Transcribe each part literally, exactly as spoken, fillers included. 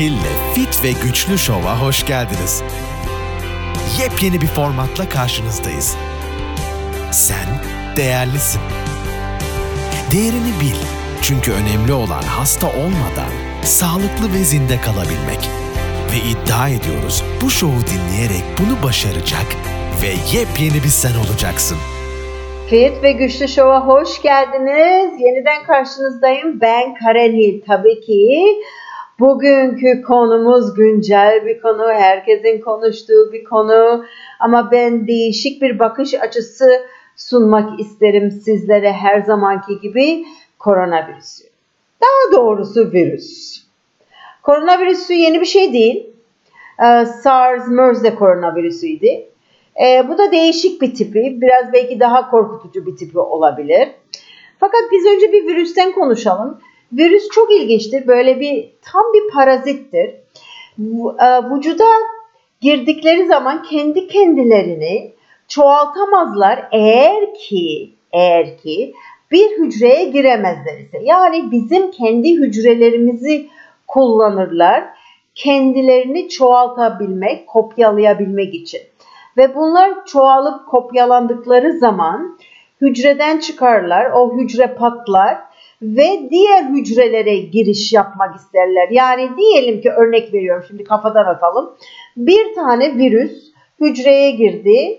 Hil'le Fit ve Güçlü Şov'a hoş geldiniz. Yepyeni bir formatla karşınızdayız. Sen değerlisin. Değerini bil. Çünkü önemli olan hasta olmadan sağlıklı ve zinde kalabilmek. Ve iddia ediyoruz bu şovu dinleyerek bunu başaracak ve yepyeni bir sen olacaksın. Fit ve Güçlü Şov'a hoş geldiniz. Yeniden karşınızdayım. Ben Karen Hill. Tabii ki bugünkü konumuz güncel bir konu. Herkesin konuştuğu bir konu. Ama ben değişik bir bakış açısı sunmak isterim sizlere her zamanki gibi koronavirüsü. Daha doğrusu virüs. Koronavirüsü yeni bir şey değil. SARS-MERS de koronavirüsüydü. E, bu da değişik bir tipi, biraz belki daha korkutucu bir tipi olabilir. Fakat biz önce bir virüsten konuşalım. Virüs çok ilginçtir, böyle bir tam bir parazittir. E, vücuda girdikleri zaman kendi kendilerini çoğaltamazlar eğer ki eğer ki bir hücreye giremezler ise. Yani bizim kendi hücrelerimizi kullanırlar, kendilerini çoğaltabilmek, kopyalayabilmek için. Ve bunlar çoğalıp kopyalandıkları zaman hücreden çıkarlar, o hücre patlar ve diğer hücrelere giriş yapmak isterler. Yani diyelim ki örnek veriyorum, şimdi kafadan atalım. Bir tane virüs hücreye girdi,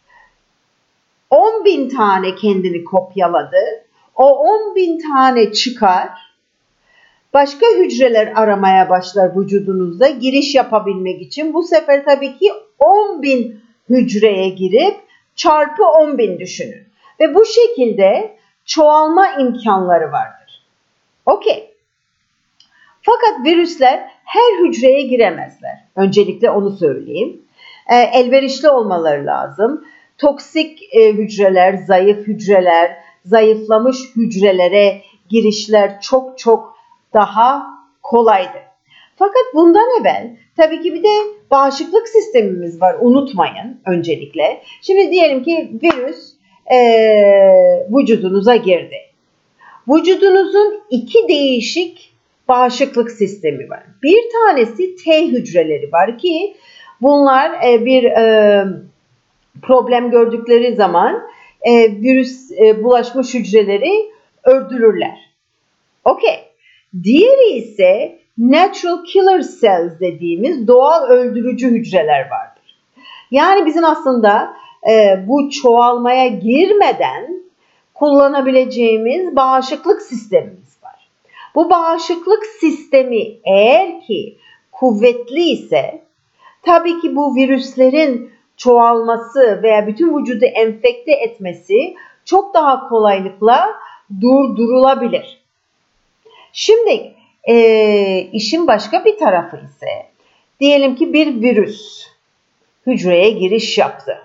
on bin tane kendini kopyaladı. O on bin tane çıkar, başka hücreler aramaya başlar vücudunuzda giriş yapabilmek için. Bu sefer tabii ki on bin hücreye girip çarpı on bin düşünün. Ve bu şekilde çoğalma imkanları vardır. Okey. Fakat virüsler her hücreye giremezler. Öncelikle onu söyleyeyim. E, elverişli olmaları lazım. Toksik e, hücreler, zayıf hücreler, zayıflamış hücrelere girişler çok çok daha kolaydır. Fakat bundan evvel tabii ki bir de bağışıklık sistemimiz var, unutmayın öncelikle. Şimdi diyelim ki virüs e, vücudunuza girdi. Vücudunuzun iki değişik bağışıklık sistemi var. Bir tanesi T hücreleri var ki bunlar e, bir e, problem gördükleri zaman e, virüs e, bulaşmış hücreleri öldürürler. Okey. Diğeri ise natural killer cells dediğimiz doğal öldürücü hücreler vardır. Yani bizim aslında e, bu çoğalmaya girmeden kullanabileceğimiz bağışıklık sistemimiz var. Bu bağışıklık sistemi eğer ki kuvvetli ise tabii ki bu virüslerin çoğalması veya bütün vücudu enfekte etmesi çok daha kolaylıkla durdurulabilir. Şimdi e, işin başka bir tarafı ise diyelim ki bir virüs hücreye giriş yaptı.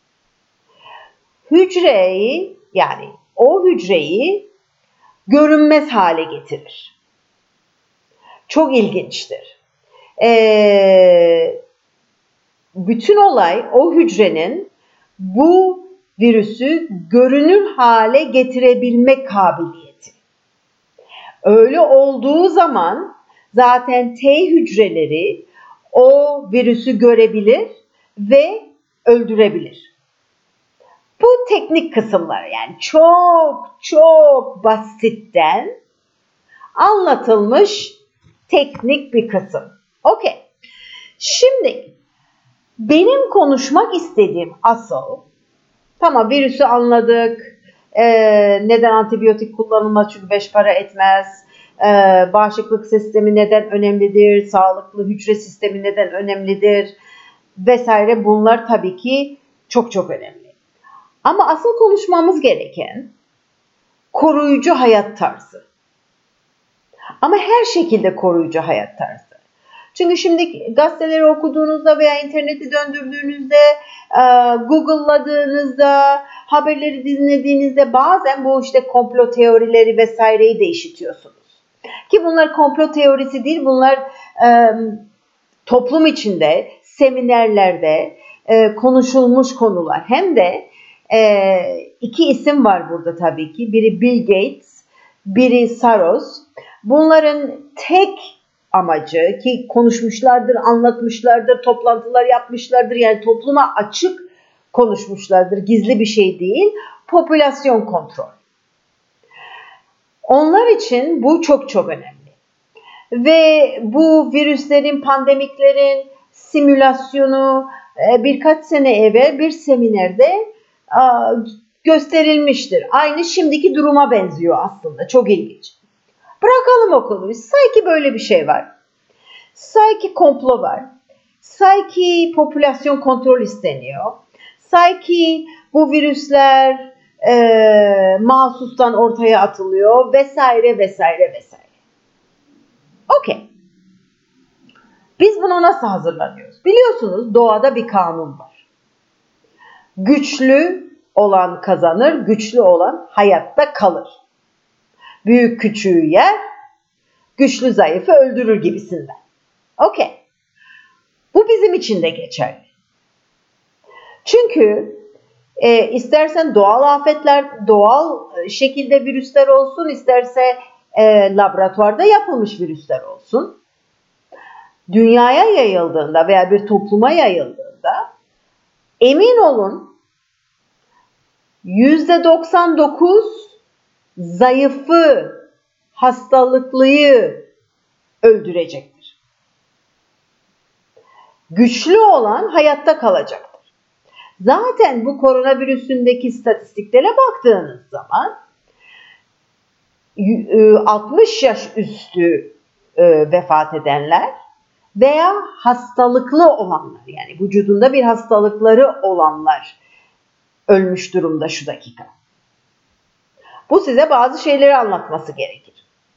Hücreyi yani o hücreyi görünmez hale getirir. Çok ilginçtir. E, bütün olay o hücrenin bu virüsü görünür hale getirebilme kabiliyeti. Öyle olduğu zaman zaten T hücreleri o virüsü görebilir ve öldürebilir. Bu teknik kısımlar yani çok çok basitten anlatılmış teknik bir kısım. Okey. Şimdi benim konuşmak istediğim asıl, tamam virüsü anladık. Ee, neden antibiyotik kullanılmaz çünkü beş para etmez, ee, bağışıklık sistemi neden önemlidir, sağlıklı hücre sistemi neden önemlidir vesaire, bunlar tabii ki çok çok önemli. Ama asıl konuşmamız gereken koruyucu hayat tarzı. Ama her şekilde koruyucu hayat tarzı. Çünkü şimdi gazeteleri okuduğunuzda veya interneti döndürdüğünüzde, Google'ladığınızda, haberleri dinlediğinizde bazen bu işte komplo teorileri vesaireyi de işitiyorsunuz. Ki bunlar komplo teorisi değil, bunlar e, toplum içinde, seminerlerde e, konuşulmuş konular. Hem de e, iki isim var burada tabii ki. Biri Bill Gates, biri Soros. Bunların tek amacı ki konuşmuşlardır, anlatmışlardır, toplantılar yapmışlardır. Yani topluma açık konuşmuşlardır. Gizli bir şey değil. Popülasyon kontrol. Onlar için bu çok çok önemli. Ve bu virüslerin, pandemiklerin simülasyonu birkaç sene evvel bir seminerde gösterilmiştir. Aynı şimdiki duruma benziyor aslında. Çok ilginç. Bırakalım o konuyu. Sanki böyle bir şey var. Sanki komplo var. Sanki popülasyon kontrol isteniyor. Sanki bu virüsler e, mahsustan ortaya atılıyor vesaire vesaire vesaire. Okey. Biz buna nasıl hazırlanıyoruz? Biliyorsunuz doğada bir kanun var. Güçlü olan kazanır, güçlü olan hayatta kalır. Büyük küçüğü yer, güçlü zayıfı öldürür gibisinden. Okey. Bu bizim için de geçerli. Çünkü e, istersen doğal afetler, doğal şekilde virüsler olsun, isterse e, laboratuvarda yapılmış virüsler olsun. Dünyaya yayıldığında veya bir topluma yayıldığında emin olun yüzde doksan dokuz zayıfı, hastalıklıyı öldürecektir. Güçlü olan hayatta kalacaktır. Zaten bu koronavirüsündeki istatistiklere baktığınız zaman altmış yaş üstü vefat edenler veya hastalıklı olanlar, yani vücudunda bir hastalıkları olanlar ölmüş durumda şu dakika. Bu size bazı şeyleri anlatması gerekir.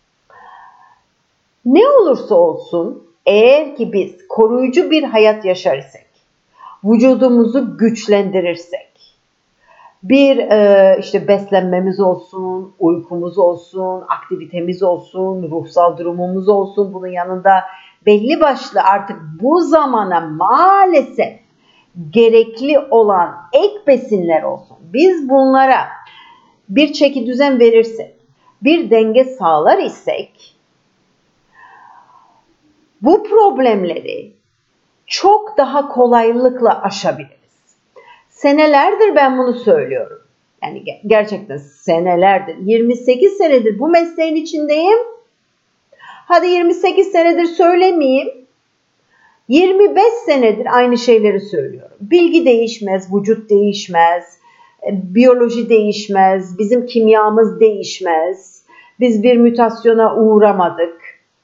Ne olursa olsun eğer ki biz koruyucu bir hayat yaşar isek, vücudumuzu güçlendirirsek, bir e, işte beslenmemiz olsun, uykumuz olsun, aktivitemiz olsun, ruhsal durumumuz olsun, bunun yanında belli başlı artık bu zamana maalesef gerekli olan ek besinler olsun. Biz bunlara bir çeki düzen verirsek, bir denge sağlar isek, bu problemleri çok daha kolaylıkla aşabiliriz. Senelerdir ben bunu söylüyorum. Yani gerçekten senelerdir, yirmi sekiz senedir bu mesleğin içindeyim. Hadi yirmi sekiz senedir söylemeyeyim. yirmi beş senedir aynı şeyleri söylüyorum. Bilgi değişmez, vücut değişmez, biyoloji değişmez, bizim kimyamız değişmez. Biz bir mutasyona uğramadık.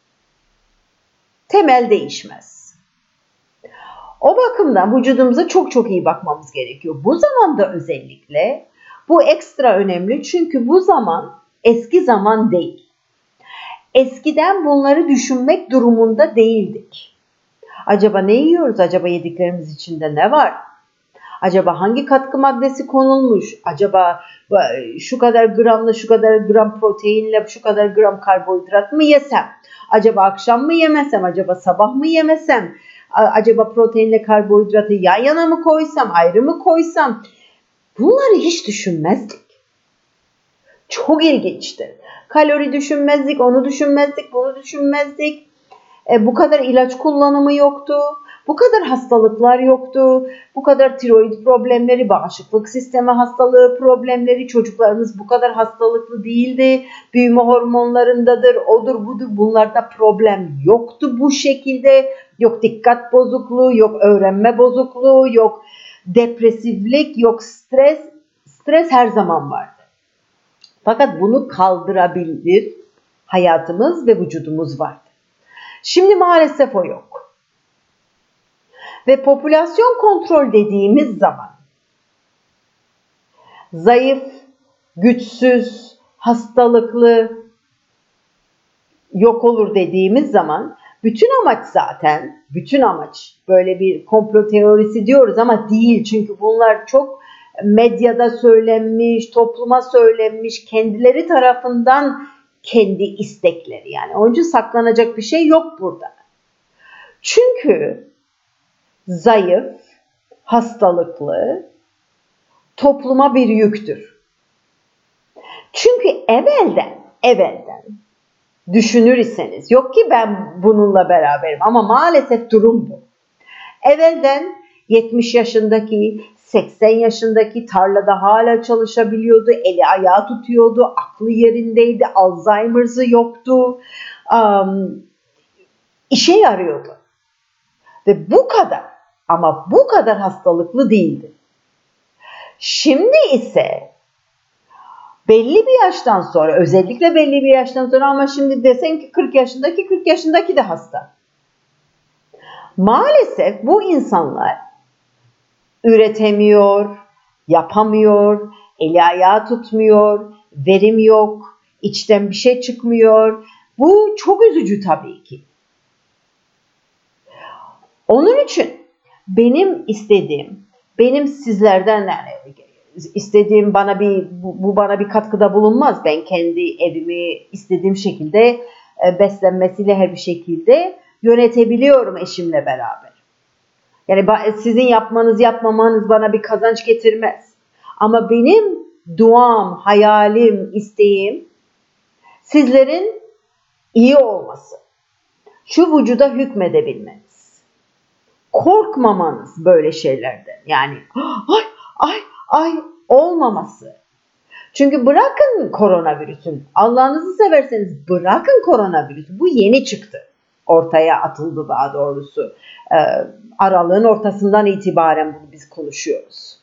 Temel değişmez. O bakımdan vücudumuza çok çok iyi bakmamız gerekiyor. Bu zamanda özellikle bu ekstra önemli çünkü bu zaman eski zaman değil. Eskiden bunları düşünmek durumunda değildik. Acaba ne yiyoruz? Acaba yediklerimiz içinde ne var? Acaba hangi katkı maddesi konulmuş? Acaba şu kadar gramla şu kadar gram proteinle şu kadar gram karbonhidrat mı yesem? Acaba akşam mı yemesem? Acaba sabah mı yemesem? Acaba proteinle karbonhidratı yan yana mı koysam? Ayrı mı koysam? Bunları hiç düşünmezdik. Çok ilginçtir. Kalori düşünmezdik, onu düşünmezdik, bunu düşünmezdik. E, bu kadar ilaç kullanımı yoktu. Bu kadar hastalıklar yoktu. Bu kadar tiroid problemleri, bağışıklık sistemi hastalığı problemleri, çocuklarımız bu kadar hastalıklı değildi. Büyüme hormonlarındadır, odur budur. Bunlarda problem yoktu bu şekilde. Yok dikkat bozukluğu, yok öğrenme bozukluğu, yok depresiflik, yok stres. Stres her zaman vardı. Fakat bunu kaldırabilir hayatımız ve vücudumuz vardı. Şimdi maalesef o yok. Ve popülasyon kontrol dediğimiz zaman zayıf, güçsüz, hastalıklı yok olur dediğimiz zaman bütün amaç zaten, bütün amaç böyle bir komplo teorisi diyoruz ama değil. Çünkü bunlar çok medyada söylenmiş, topluma söylenmiş, kendileri tarafından kendi istekleri. Yani onun için saklanacak bir şey yok burada. Çünkü zayıf, hastalıklı topluma bir yüktür. Çünkü evvelden, evvelden düşünür iseniz. Yok ki ben bununla beraberim ama maalesef durum bu. Evvelden yetmiş yaşındaki, seksen yaşındaki tarlada hala çalışabiliyordu, eli ayağı tutuyordu, aklı yerindeydi, Alzheimer'sı yoktu, um, işe yarıyordu. Ve bu kadar ama bu kadar hastalıklı değildi. Şimdi ise belli bir yaştan sonra, özellikle belli bir yaştan sonra ama şimdi desen ki kırk yaşındaki kırk yaşındaki de hasta. Maalesef bu insanlar üretemiyor, yapamıyor, eli ayağı tutmuyor, verim yok, içten bir şey çıkmıyor. Bu çok üzücü tabii ki. Onun için benim istediğim, benim sizlerden yani istediğim bana bir bu, bu bana bir katkıda bulunmaz. Ben kendi evimi istediğim şekilde e, beslenmesiyle her bir şekilde yönetebiliyorum eşimle beraber. Yani sizin yapmanız yapmamanız bana bir kazanç getirmez. Ama benim duam, hayalim, isteğim sizlerin iyi olması. Şu vücuda hükmedebilmeniz. Korkmamanız böyle şeylerden. Yani ay ay ay olmaması. Çünkü bırakın koronavirüsün, Allah'ınızı severseniz bırakın koronavirüsü. Bu yeni çıktı. Ortaya atıldı daha doğrusu. Ee, aralığın ortasından itibaren bunu biz konuşuyoruz.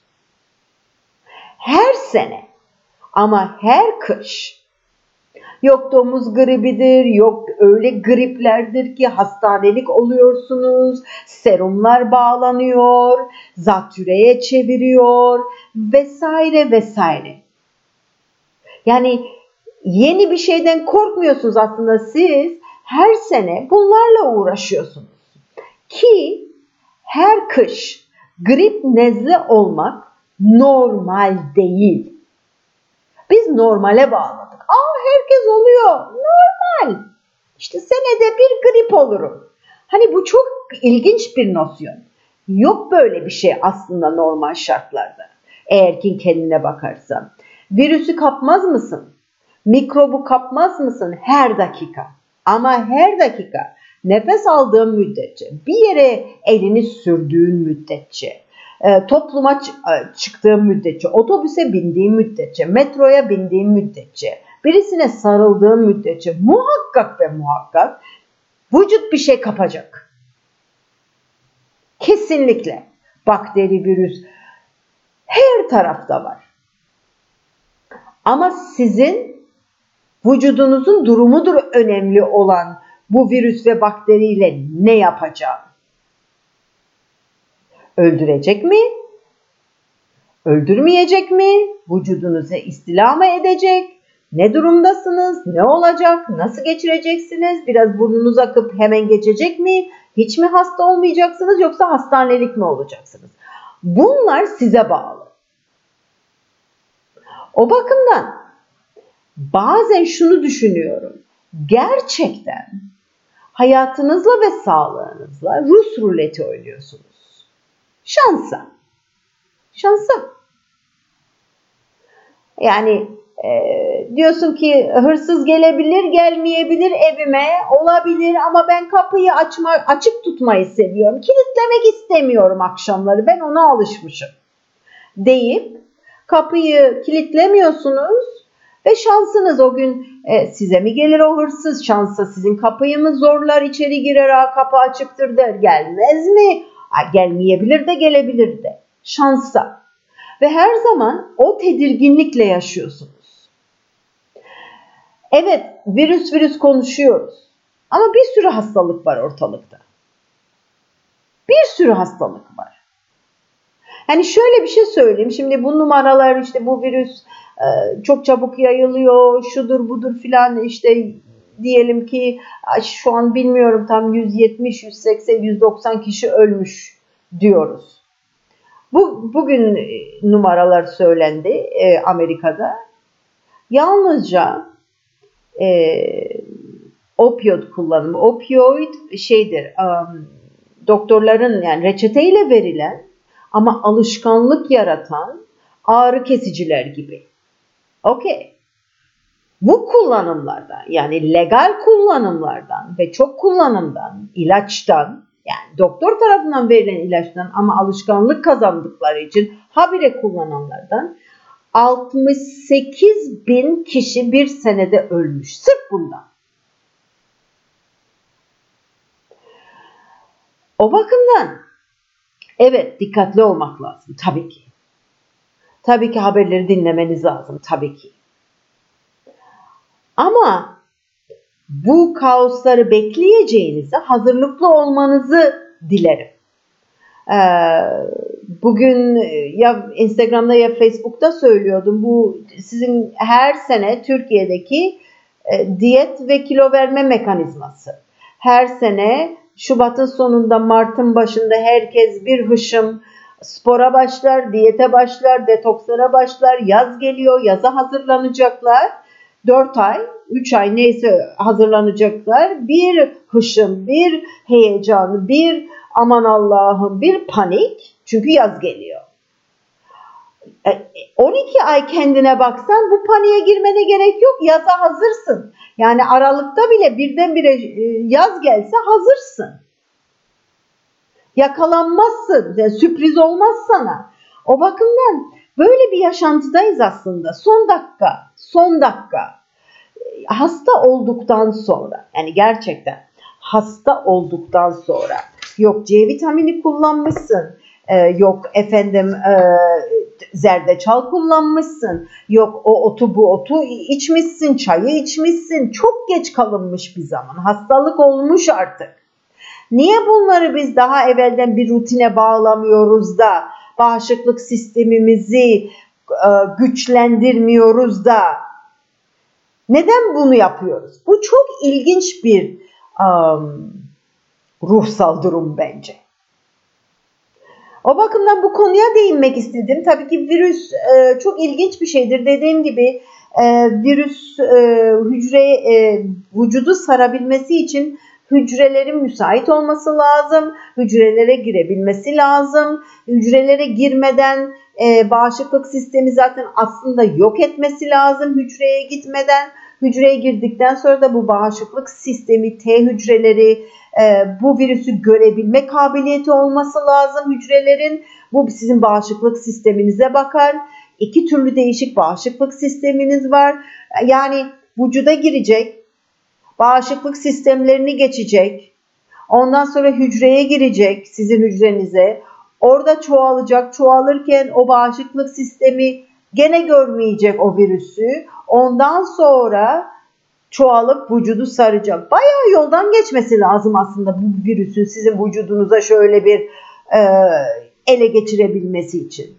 Her sene ama her kış yok domuz gribidir, yok öyle griplerdir ki hastanelik oluyorsunuz, serumlar bağlanıyor, zatürreye çeviriyor vesaire vesaire. Yani yeni bir şeyden korkmuyorsunuz aslında siz her sene bunlarla uğraşıyorsunuz. Ki her kış grip nezle olmak normal değil. Biz normale bağladık. Aa herkes oluyor. Normal. İşte senede bir grip olurum. Hani bu çok ilginç bir nosyon. Yok böyle bir şey aslında normal şartlarda. Eğer ki kendine bakarsan. Virüsü kapmaz mısın? Mikrobu kapmaz mısın? Her dakika. Ama her dakika nefes aldığın müddetçe, bir yere elini sürdüğün müddetçe, e, topluma çıktığın müddetçe, otobüse bindiğin müddetçe, metroya bindiğin müddetçe, birisine sarıldığın müddetçe muhakkak ve muhakkak vücut bir şey kapacak. Kesinlikle. Bakteri, virüs her tarafta var. Ama sizin vücudunuzun durumudur önemli olan bu virüs ve bakteriyle ne yapacağı. Öldürecek mi? Öldürmeyecek mi? Vücudunuzu istila mı edecek? Ne durumdasınız? Ne olacak? Nasıl geçireceksiniz? Biraz burnunuz akıp hemen geçecek mi? Hiç mi hasta olmayacaksınız yoksa hastanelik mi olacaksınız? Bunlar size bağlı. O bakımdan bazen şunu düşünüyorum. Gerçekten hayatınızla ve sağlığınızla Rus ruleti oynuyorsunuz. Şansa. Şansa. Yani e, diyorsun ki hırsız gelebilir, gelmeyebilir evime, olabilir ama ben kapıyı açma, açık tutmayı seviyorum. Kilitlemek istemiyorum akşamları, ben ona alışmışım deyip kapıyı kilitlemiyorsunuz ve şansınız o gün e, size mi gelir o hırsız, şansa sizin kapıyı mı zorlar, içeri girer, ha kapı açıktır der, gelmez mi? Ha, gelmeyebilir de gelebilir de. Şansa. Ve her zaman o tedirginlikle yaşıyorsunuz. Evet, virüs virüs konuşuyoruz. Ama bir sürü hastalık var ortalıkta. Bir sürü hastalık var. Yani şöyle bir şey söyleyeyim. Şimdi bu numaralar işte bu virüs e, çok çabuk yayılıyor, şudur budur filan işte diyelim ki şu an bilmiyorum tam yüz yetmiş, yüz seksen, yüz doksan kişi ölmüş diyoruz. Bu bugün numaralar söylendi e, Amerika'da. Yalnızca e, opioid kullanımı, opioid şeydir, um, doktorların yani reçeteyle verilen ama alışkanlık yaratan ağrı kesiciler gibi. Okey. Bu kullanımlardan, yani legal kullanımlardan ve çok kullanımdan, ilaçtan, yani doktor tarafından verilen ilaçtan ama alışkanlık kazandıkları için habire kullananlardan altmış sekiz bin kişi bir senede ölmüş. Sırf bundan. O bakımdan evet, dikkatli olmak lazım tabii ki. Tabii ki haberleri dinlemeniz lazım tabii ki. Ama bu kaosları bekleyeceğinize hazırlıklı olmanızı dilerim. Ee, bugün ya Instagram'da ya Facebook'ta söylüyordum. Bu sizin her sene Türkiye'deki e, diyet ve kilo verme mekanizması. Her sene Şubat'ın sonunda, Mart'ın başında herkes bir hışım spora başlar, diyete başlar, detokslara başlar. Yaz geliyor, yaza hazırlanacaklar. dört ay, üç ay neyse hazırlanacaklar. Bir hışım, bir heyecan, bir aman Allah'ım, bir panik. Çünkü yaz geliyor. on iki ay kendine baksan bu paniğe girmene gerek yok. Yaza hazırsın. Yani Aralık'ta bile birdenbire yaz gelse hazırsın. Yakalanmazsın. Yani sürpriz olmaz sana. O bakımdan böyle bir yaşantıdayız aslında. Son dakika, son dakika. Hasta olduktan sonra, yani gerçekten hasta olduktan sonra, yok C vitamini kullanmışsın, e, yok efendim e, zerdeçal kullanmışsın, yok o otu bu otu içmişsin, çayı içmişsin, çok geç kalınmış bir zaman, hastalık olmuş artık. Niye bunları biz daha evvelden bir rutine bağlamıyoruz da bağışıklık sistemimizi e, güçlendirmiyoruz da? Neden bunu yapıyoruz? Bu çok ilginç bir um, ruhsal durum bence. O bakımdan bu konuya değinmek istedim. Tabii ki virüs e, çok ilginç bir şeydir. Dediğim gibi e, virüs e, hücre e, vücudu sarabilmesi için hücrelerin müsait olması lazım. Hücrelere girebilmesi lazım. Hücrelere girmeden e, bağışıklık sistemi zaten aslında yok etmesi lazım hücreye gitmeden. Hücreye girdikten sonra da bu bağışıklık sistemi, T hücreleri, e, bu virüsü görebilme kabiliyeti olması lazım hücrelerin. Bu sizin bağışıklık sisteminize bakar. İki türlü değişik bağışıklık sisteminiz var. Yani vücuda girecek, bağışıklık sistemlerini geçecek. Ondan sonra hücreye girecek, sizin hücrenize. Orada çoğalacak. Çoğalırken o bağışıklık sistemi gene görmeyecek o virüsü. Ondan sonra çoğalıp vücudu saracak. Bayağı yoldan geçmesi lazım aslında bu virüsün sizin vücudunuza şöyle bir e, ele geçirebilmesi için.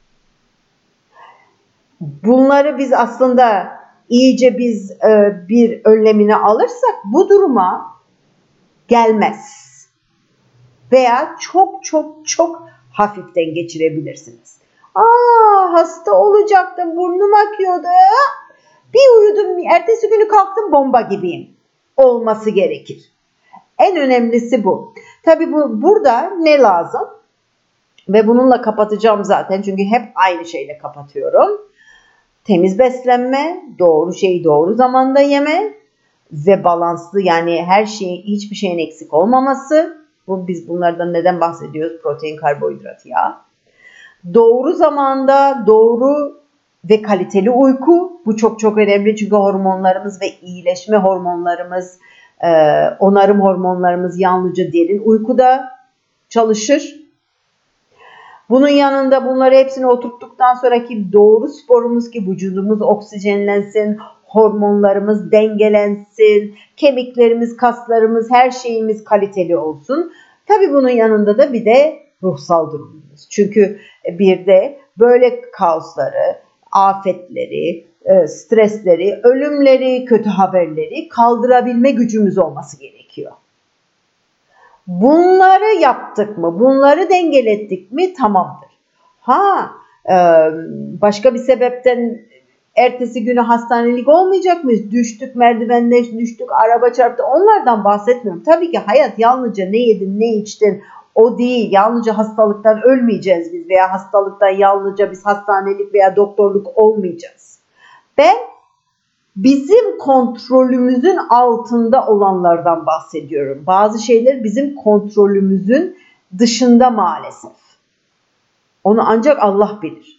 Bunları biz aslında iyice biz e, bir önlemini alırsak bu duruma gelmez. Veya çok çok çok hafiften geçirebilirsiniz. Aa, hasta olacaktım, burnum akıyordu. Bir uyudum, ertesi günü kalktım bomba gibiyim. Olması gerekir. En önemlisi bu. Tabii bu, burada ne lazım? Ve bununla kapatacağım zaten çünkü hep aynı şeyle kapatıyorum. Temiz beslenme, doğru şeyi doğru zamanda yeme ve balanslı, yani her şeyin, hiçbir şeyin eksik olmaması. Bu, biz bunlardan neden bahsediyoruz? Protein, karbonhidrat, yağ. Doğru zamanda doğru ve kaliteli uyku. Bu çok çok önemli çünkü hormonlarımız ve iyileşme hormonlarımız, onarım hormonlarımız yalnızca derin uykuda çalışır. Bunun yanında bunları hepsini oturttuktan sonraki doğru sporumuz ki vücudumuz oksijenlensin, hormonlarımız dengelensin, kemiklerimiz, kaslarımız, her şeyimiz kaliteli olsun. Tabii bunun yanında da bir de ruhsal durumumuz. Çünkü bir de böyle kaosları, afetleri, stresleri, ölümleri, kötü haberleri kaldırabilme gücümüz olması gerekiyor. Bunları yaptık mı, bunları dengelettik mi tamamdır. Ha, başka bir sebepten ertesi günü hastanelik olmayacak mıyız? Düştük, merdivenle düştük, araba çarptı. Onlardan bahsetmiyorum. Tabii ki hayat yalnızca ne yedin, ne içtin o değil. Yalnızca hastalıktan ölmeyeceğiz biz veya hastalıktan yalnızca biz hastanelik veya doktorluk olmayacağız. Ben bizim kontrolümüzün altında olanlardan bahsediyorum. Bazı şeyler bizim kontrolümüzün dışında maalesef. Onu ancak Allah bilir.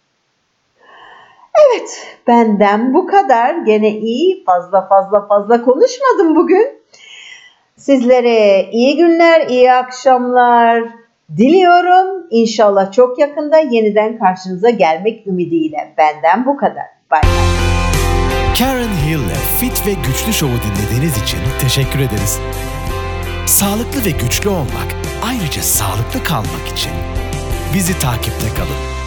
Evet, benden bu kadar. Gene iyi, fazla fazla fazla konuşmadım bugün. Sizlere iyi günler, iyi akşamlar diliyorum. İnşallah çok yakında yeniden karşınıza gelmek ümidiyle. Benden bu kadar. Bye bye. Karen Hill'le Fit ve Güçlü Show'u dinlediğiniz için teşekkür ederiz. Sağlıklı ve güçlü olmak, ayrıca sağlıklı kalmak için bizi takipte kalın.